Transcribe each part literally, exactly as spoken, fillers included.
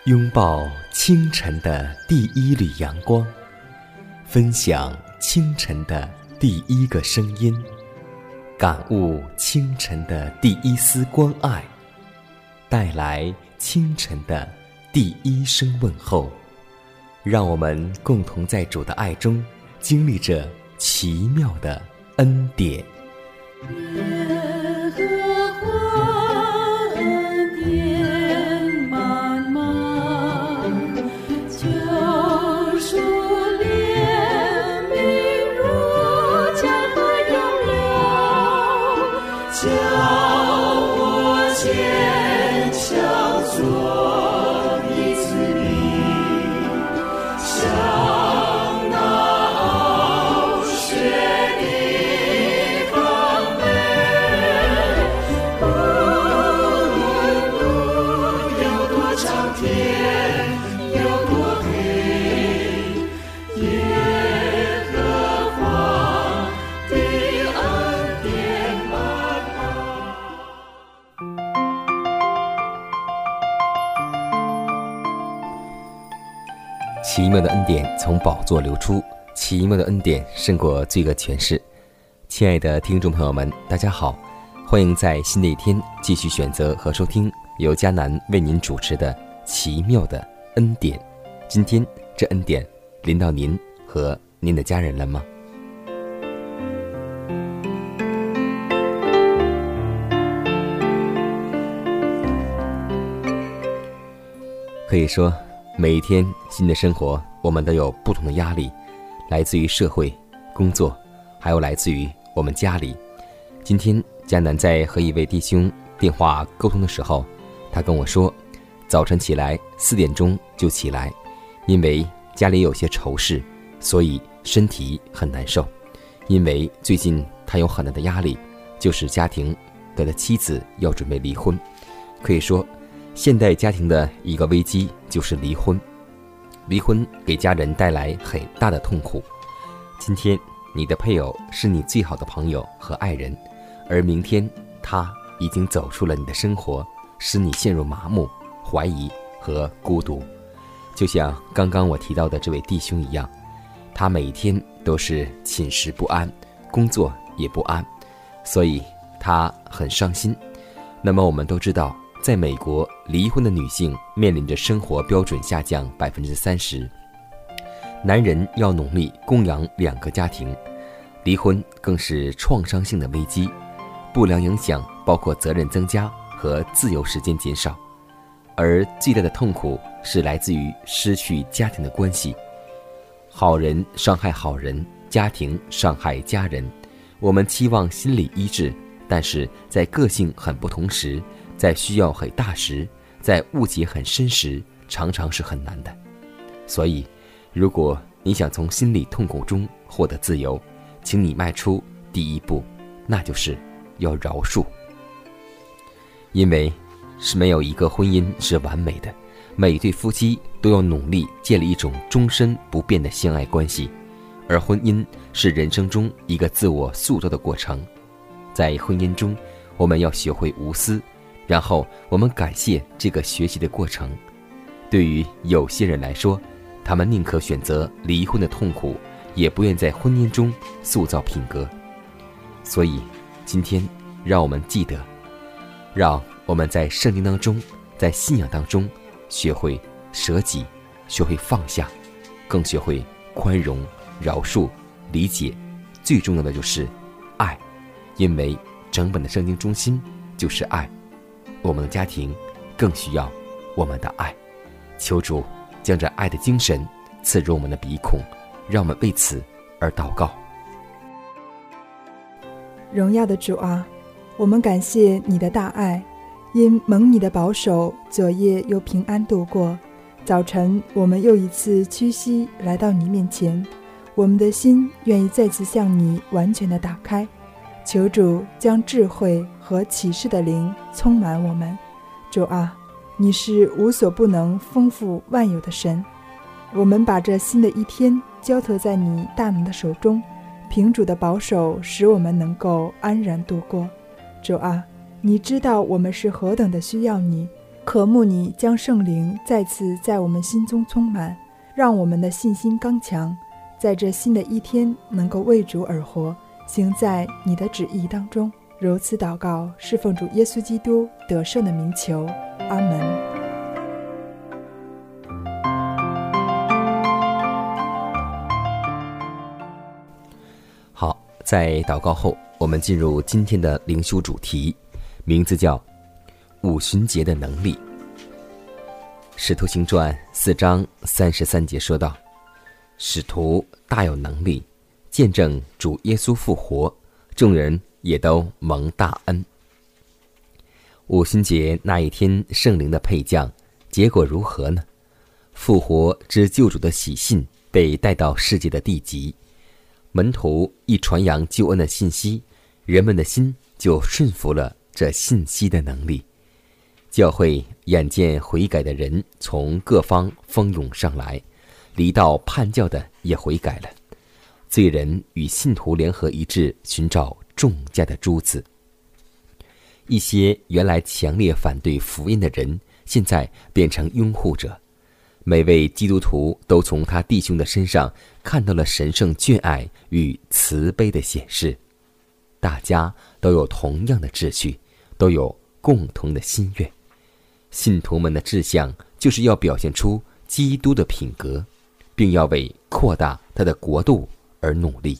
拥抱清晨的第一缕阳光，分享清晨的第一个声音，感悟清晨的第一丝关爱，带来清晨的第一声问候。让我们共同在主的爱中经历着奇妙的恩典。奇妙的恩典从宝座流出，奇妙的恩典胜过罪恶权势。亲爱的听众朋友们，大家好，欢迎在新的一天继续选择和收听由迦南为您主持的奇妙的恩典。今天这恩典临到您和您的家人了吗？可以说每一天新的生活，我们都有不同的压力，来自于社会、工作，还有来自于我们家里。今天迦南在和一位弟兄电话沟通的时候，他跟我说，早晨起来四点钟就起来，因为家里有些愁事，所以身体很难受。因为最近他有很大的压力，就是家庭他的妻子要准备离婚。可以说现代家庭的一个危机就是离婚，离婚给家人带来很大的痛苦。今天你的配偶是你最好的朋友和爱人，而明天他已经走出了你的生活，使你陷入麻木、怀疑和孤独。就像刚刚我提到的这位弟兄一样，他每天都是寝食不安，工作也不安，所以他很伤心。那么我们都知道，在美国，离婚的女性面临着生活标准下降百分之三十，男人要努力供养两个家庭，离婚更是创伤性的危机，不良影响包括责任增加和自由时间减少，而最大的痛苦是来自于失去家庭的关系。好人伤害好人，家庭伤害家人。我们期望心理医治，但是在个性很不同时，在需要很大时，在误解很深时，常常是很难的。所以如果你想从心理痛苦中获得自由，请你迈出第一步，那就是要饶恕。因为是没有一个婚姻是完美的，每一对夫妻都要努力建立一种终身不变的相爱关系，而婚姻是人生中一个自我塑造的过程。在婚姻中，我们要学会无私，然后我们感谢这个学习的过程。对于有些人来说，他们宁可选择离婚的痛苦，也不愿在婚姻中塑造品格。所以今天让我们记得，让我们在圣经当中，在信仰当中学会舍己，学会放下，更学会宽容、饶恕、理解，最重要的就是爱。因为整本的圣经中心就是爱，我们的家庭更需要我们的爱。求主将这爱的精神刺入我们的鼻孔，让我们为此而祷告。 荣耀的主啊，我们感谢你的大爱，因蒙你的保守，昨夜又平安度过。早晨我们又一次屈膝来到你面前，我们的心愿意再次向你完全的打开。求主将智慧和启示的灵充满我们。主啊，你是无所不能、丰富万有的神，我们把这新的一天交托在你大能的手中，凭主的保守，使我们能够安然度过。主啊，你知道我们是何等的需要你， 渴慕你将圣灵再次在我们心中充满，让我们的信心刚强，在这新的一天能够为主而活，行在你的旨意当中。如此祷告，是奉主耶稣基督得胜的名求，阿门。 好，在祷告后，我们进入今天的灵修主题，名字叫五旬节的能力。使徒行传四章三十三节说道，使徒大有能力，见证主耶稣复活，众人也都蒙大恩。五旬节那一天圣灵的配降，结果如何呢？复活之救主的喜信被带到世界的地极，门徒一传扬救恩的信息，人们的心就顺服了这信息的能力。教会眼见悔改的人从各方蜂涌上来，离道叛教的也悔改了，罪人与信徒联合一致，寻找重价的珠子。一些原来强烈反对福音的人，现在变成拥护者。每位基督徒都从他弟兄的身上看到了神圣眷爱与慈悲的显示。大家都有同样的秩序，都有共同的心愿。信徒们的志向就是要表现出基督的品格，并要为扩大他的国度而努力。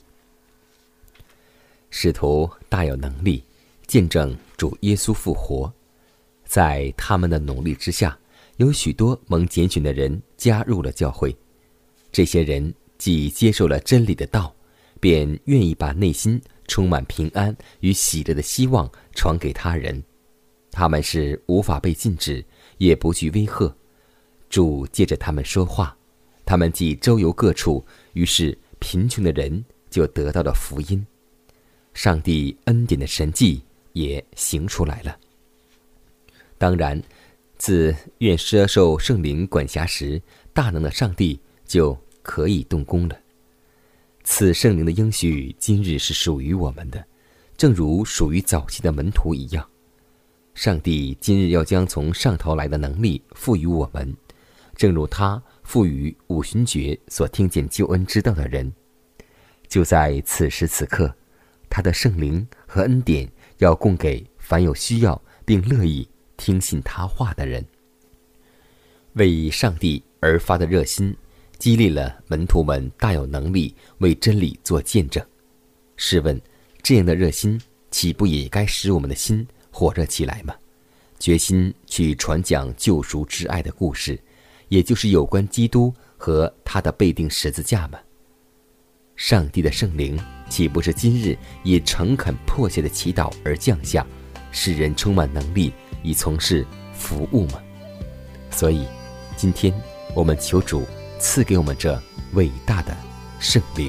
使徒大有能力，见证主耶稣复活。在他们的努力之下，有许多蒙拣选的人加入了教会。这些人既接受了真理的道，便愿意把内心充满平安与喜乐的希望传给他人。他们是无法被禁止，也不惧威吓。主借着他们说话，他们既周游各处，于是贫穷的人就得到了福音。上帝恩典的神迹也行出来了。当然，自愿奢受圣灵管辖时，大能的上帝就可以动工了。此圣灵的应许今日是属于我们的，正如属于早期的门徒一样。上帝今日要将从上头来的能力赋予我们，正如他赋予五旬节所听见救恩之道的人。就在此时此刻，他的圣灵和恩典要供给凡有需要并乐意听信他话的人。为上帝而发的热心，激励了门徒们大有能力为真理做见证。试问，这样的热心岂不也该使我们的心火热起来吗？决心去传讲救赎之爱的故事，也就是有关基督和他的被钉十字架吗？上帝的圣灵岂不是今日以诚恳迫切的祈祷而降下，使人充满能力以从事服务吗？所以今天我们求主赐给我们这伟大的圣灵。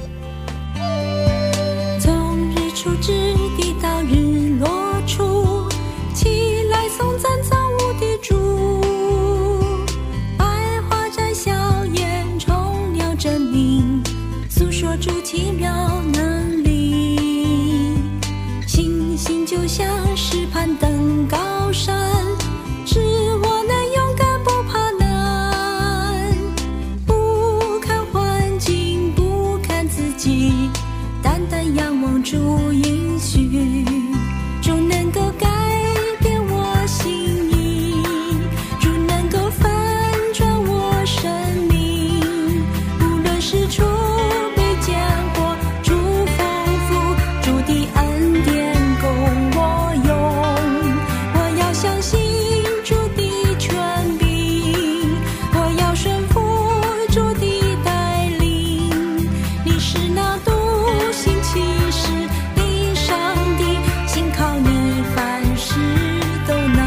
从日出之地到日落处，起来颂赞造物的主。百花摘笑颜，虫鸟真名，诉说主奇妙能力。星星就像是攀登高山，使我能勇敢不怕难。不看环境，不看自己，单单仰望主应许，主能够改变我心意，主能够翻转我生命。无论是储备坚果，主丰富，主的恩典供我用。我要相信主的权柄，我要顺服主的带领。你是那独行其事的上帝，信靠你凡事都能。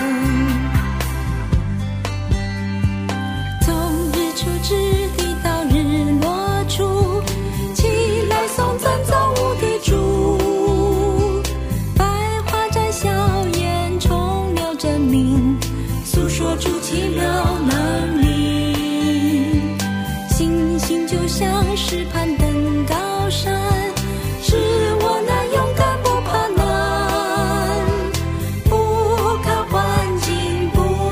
从日出之地到日落处，起来颂赞造物的主。百花摘笑颜，虫鸟真名，诉说主奇妙能力。星星就像是攀登高山，使我能勇敢不怕难。不看环境，不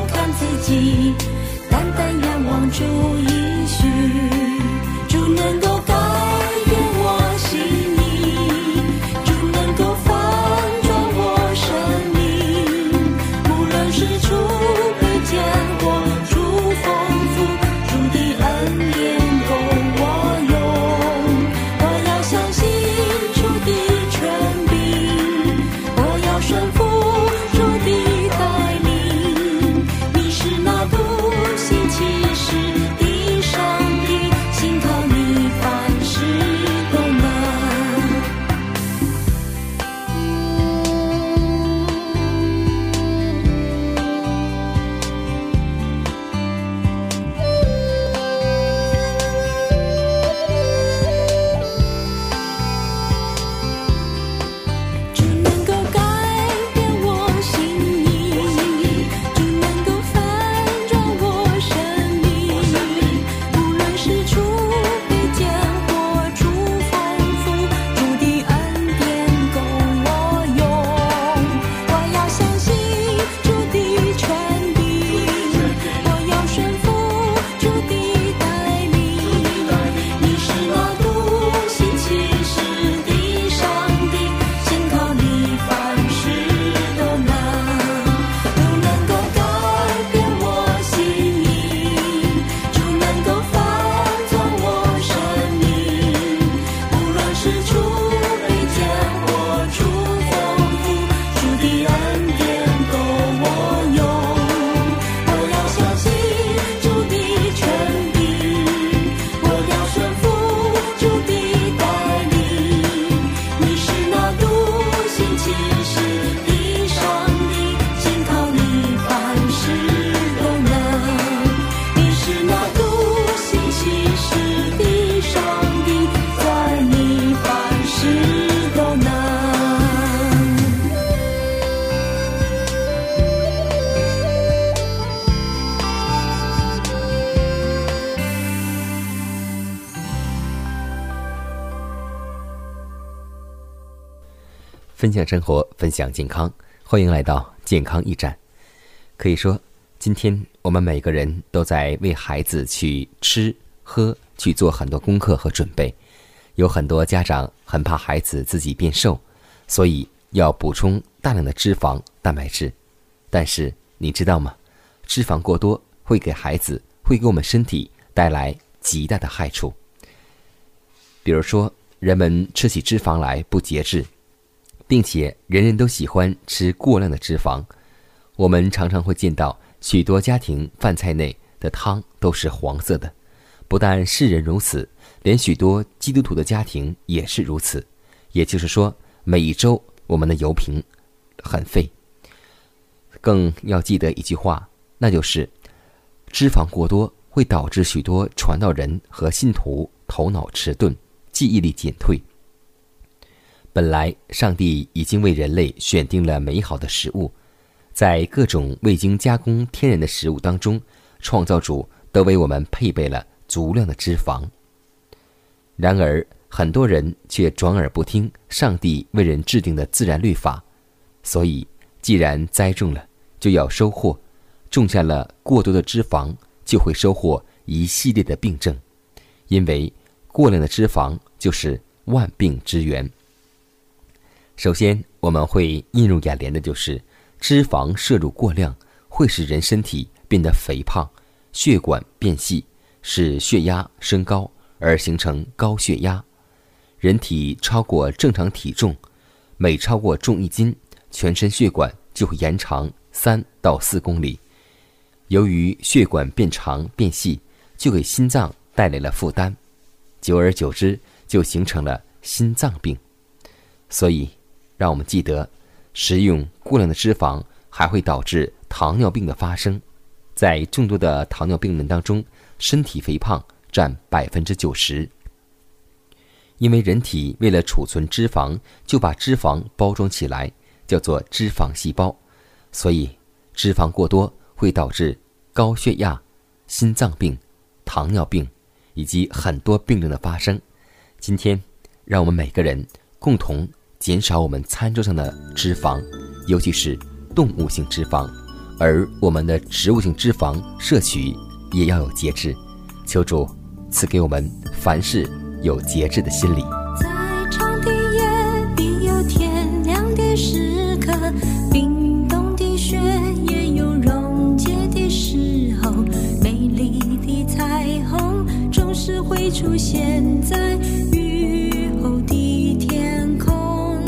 分享生活，分享健康，欢迎来到健康驿站。可以说，今天我们每个人都在为孩子去吃喝去做很多功课和准备。有很多家长很怕孩子自己变瘦，所以要补充大量的脂肪、蛋白质。但是你知道吗？脂肪过多会给孩子，会给我们身体带来极大的害处。比如说，人们吃起脂肪来不节制，并且人人都喜欢吃过量的脂肪。我们常常会见到许多家庭饭菜内的汤都是黄色的，不但世人如此，连许多基督徒的家庭也是如此。也就是说，每一周我们的油瓶很废。更要记得一句话，那就是脂肪过多会导致许多传道人和信徒头脑迟钝，记忆力减退。本来上帝已经为人类选定了美好的食物，在各种未经加工天然的食物当中，创造主都为我们配备了足量的脂肪。然而很多人却转耳不听上帝为人制定的自然律法，所以既然栽种了，就要收获，种下了过多的脂肪，就会收获一系列的病症，因为过量的脂肪就是万病之源。首先我们会映入眼帘的就是脂肪摄入过量会使人身体变得肥胖，血管变细，使血压升高，而形成高血压。人体超过正常体重，每超过重一斤，全身血管就会延长三到四公里。由于血管变长变细，就给心脏带来了负担，久而久之就形成了心脏病。所以让我们记得，食用过量的脂肪还会导致糖尿病的发生。在众多的糖尿病人当中，身体肥胖占百分之九十。因为人体为了储存脂肪，就把脂肪包装起来，叫做脂肪细胞，所以脂肪过多会导致高血压、心脏病、糖尿病以及很多病症的发生。今天让我们每个人共同减少我们餐桌上的脂肪，尤其是动物性脂肪，而我们的植物性脂肪摄取也要有节制。求主赐给我们凡事有节制的心理。 在长的夜必有天亮的时刻，冰冻的雪也有溶解的时候，美丽的彩虹总是会出现在雨后的天空。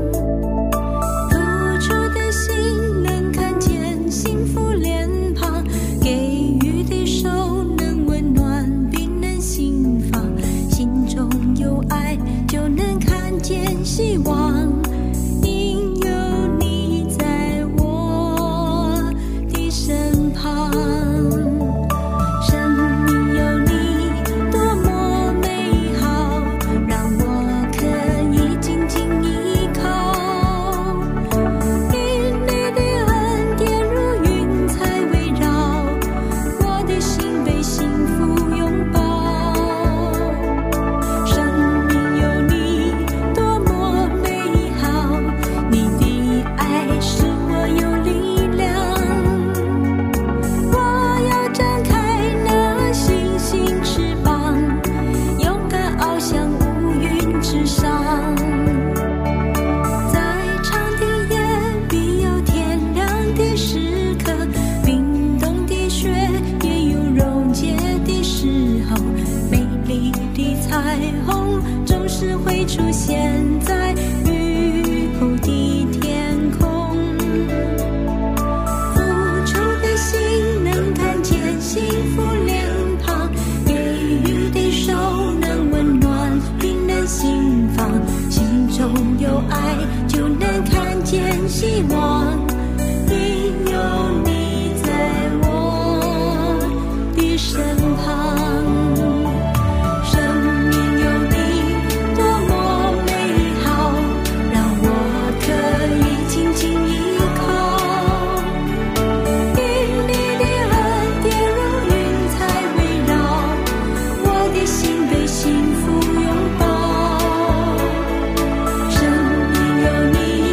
突出的心能看见幸福脸庞，给予的手能温暖冰冷心房，心中有爱就能看见希望，因有你在我的身旁。生命有你多么美好，让我可以紧紧依靠，因你的恩典如云彩围绕，我的心被幸福拥抱。生命有你多么美好，你的爱使我有力量，我要张开那星星翅膀，勇敢翱翔乌云之上。在长的夜必有天亮的时刻，冰冻的雪也有溶解的时候，美丽的彩虹总是会出现在雨后的天空。付出的心能看见幸福脸庞，给予的手能温暖冰冷心房，心中有爱就能看见希望，因有你在我的身旁。生命有你多么美好，让我可以紧紧依靠，因你的恩典如云彩围绕，我的心被幸福拥抱。生命有你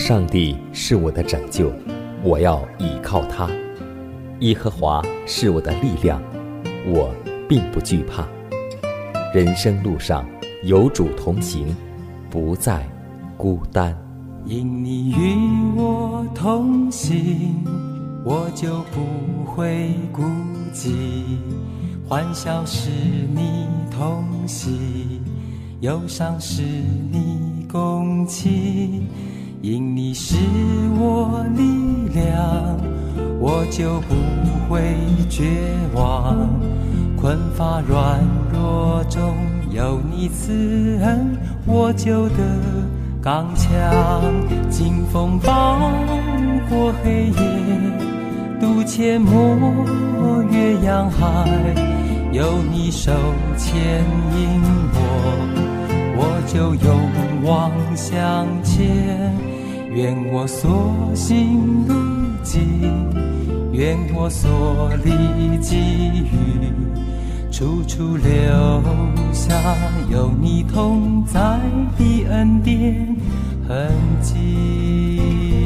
上帝是我的拯救，我要倚靠他。耶和华是我的力量，我并不惧怕。人生路上有主同行，不再孤单。 因你与我同行，我就不会孤寂。欢笑是你同喜，忧伤是你共泣。因你是我力量，我就不会绝望。困乏软弱中有你慈恩，我就得刚强。经风暴过黑夜，渡阡陌越洋海，有你手牵引我，我就勇往向前。愿我所行路径，愿我所立给予，处处留下有你同在的恩典痕迹。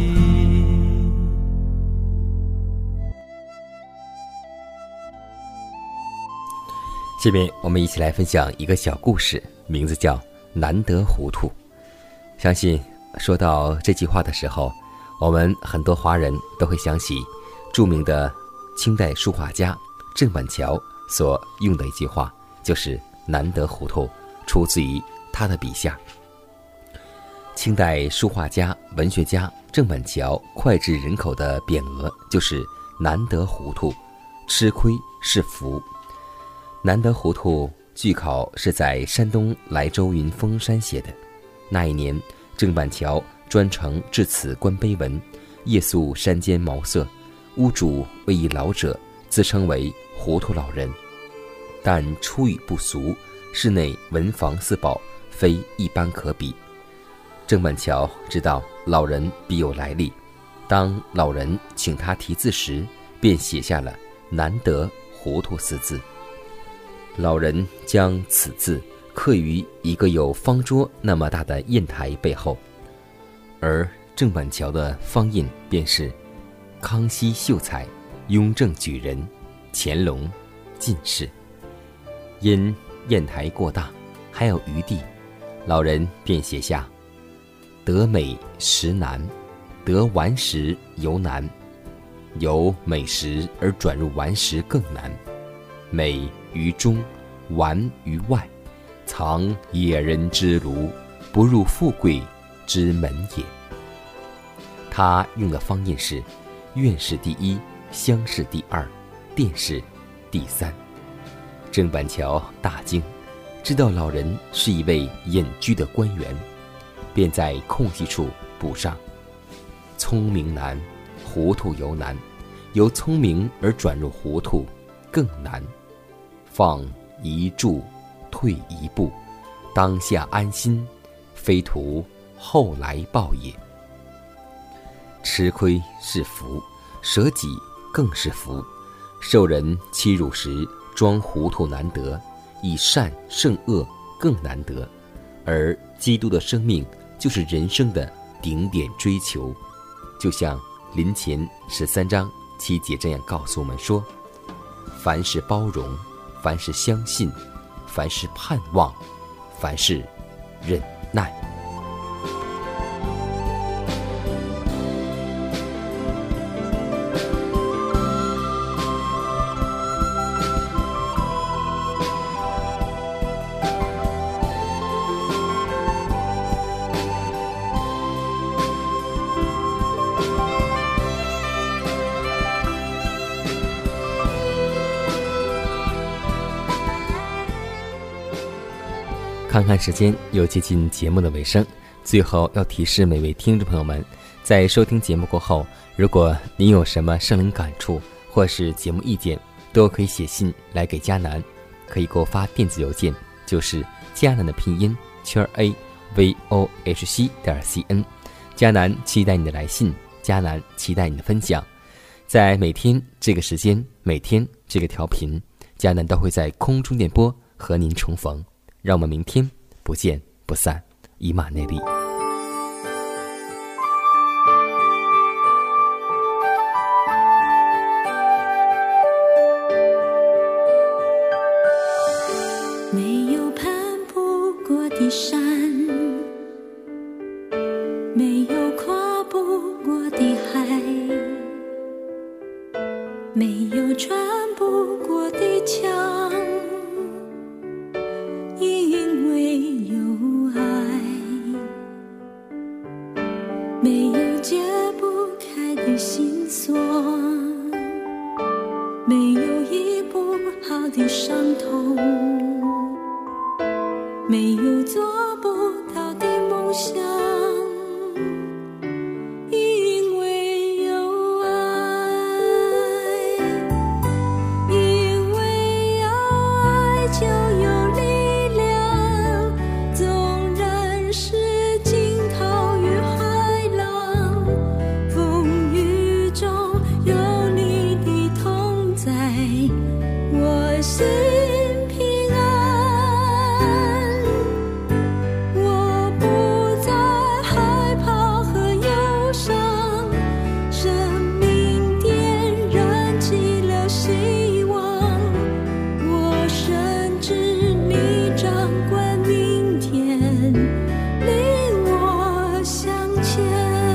下面我们一起来分享一个小故事，名字叫难得糊涂。相信说到这句话的时候，我们很多华人都会想起著名的清代书画家郑板桥所用的一句话，就是难得糊涂，出自于他的笔下。清代书画家、文学家郑板桥脍炙人口的匾额就是难得糊涂，吃亏是福。难得糊涂据考是在山东莱州云峰山写的。那一年郑板桥专程至此观碑文，夜宿山间茅舍，屋主为一老者，自称为糊涂老人，但出语不俗，室内文房四宝非一般可比。郑板桥知道老人必有来历，当老人请他题字时，便写下了难得糊涂四字。老人将此字刻于一个有方桌那么大的砚台背后，而郑板桥的方印便是康熙秀才、雍正举人、乾隆进士。因砚台过大，还有余地，老人便写下得美食难，得顽石尤难，由美食而转入顽石更难，美于中，顽于外，藏野人之庐，不入富贵之门也。他用的方印是院士第一，乡试第二，殿试第三。郑板桥大惊，知道老人是一位隐居的官员，便在空隙处补上聪明难，糊涂尤难，由聪明而转入糊涂更难，放一柱退一步，当下安心，非图后来报也。吃亏是福，舍己更是福。受人欺辱时，装糊涂难得，以善胜恶更难得。而基督的生命就是人生的顶点追求，就像林前十三章七节这样告诉我们说：凡是包容，凡是相信，凡是盼望，凡是忍耐。看看时间，又接近节目的尾声，最后要提示每位听众朋友们，在收听节目过后，如果您有什么圣灵感触或是节目意见，都可以写信来给迦南，可以给我发电子邮件，就是迦南的拼音圈 a v o h c 点 c n。迦南期待你的来信，迦南期待你的分享。在每天这个时间，每天这个调频，迦南都会在空中电波和您重逢。让我们明天不见不散，以马内利。 的山，没有跨不过的海，没有穿不过的墙，因为有爱，没有解不开的心锁，没有医不好的伤痛，没有做不到的梦想，因为有爱，因为有爱就有力量，纵然是惊涛与海浪，风雨中有你的同在，我心平安，我不再害怕和忧伤，生命点燃起了希望，我深知你掌管明天，领我向前。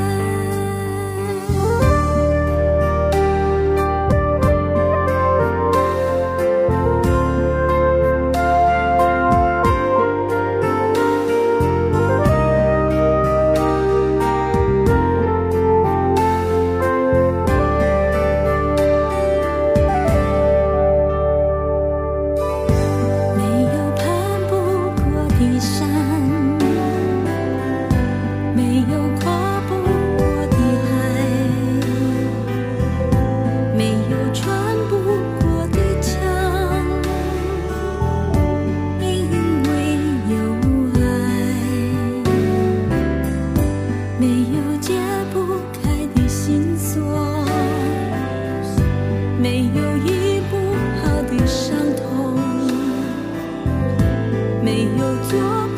没有攀不过的山，没有跨不过的海，没有穿不过的墙，因为有爱，没有解不开的心锁，没有医不好的伤痛，没有做